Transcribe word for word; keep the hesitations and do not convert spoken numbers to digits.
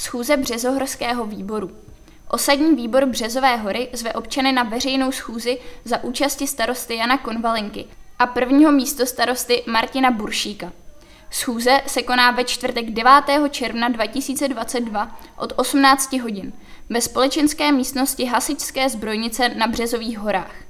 Schůze Březohorského výboru. Osadní výbor Březové hory zve občany na veřejnou schůzi za účasti starosty Jana Konvalinky a prvního místostarosty Martina Buršíka. Schůze se koná ve čtvrtek devátého června dva tisíce dvacet dva od osmnácti hodin ve společenské místnosti Hasičské zbrojnice na Březových horách.